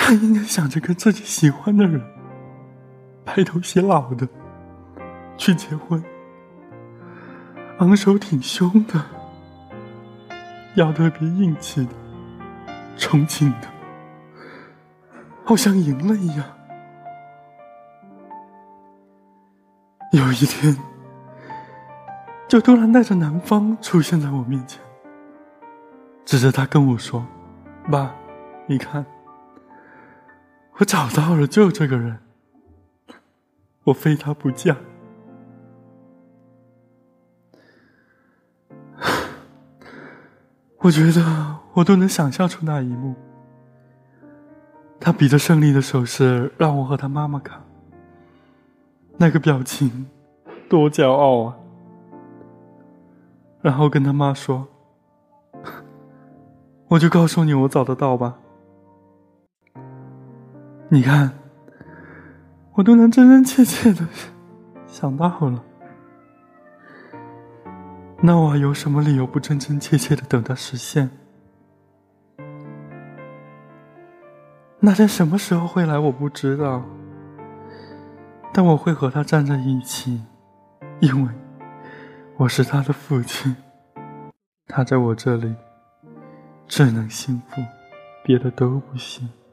他应该想着跟自己喜欢的人白头偕老的去结婚，昂首挺胸的，要特别硬气的，憧憬的，好像赢了一样。有一天，就突然带着男方出现在我面前，指着他跟我说：“爸，你看，我找到了，就这个人，我非他不嫁。”我觉得我都能想象出那一幕，他比着胜利的手势让我和他妈妈看，那个表情多骄傲啊。然后跟他妈说：“我就告诉你我找得到吧，你看我都能真真切切的想到了，那我有什么理由不真真切切的等它实现？那天什么时候会来我不知道，但我会和他站在一起，因为我是他的父亲，他在我这里只能幸福，别的都不行。”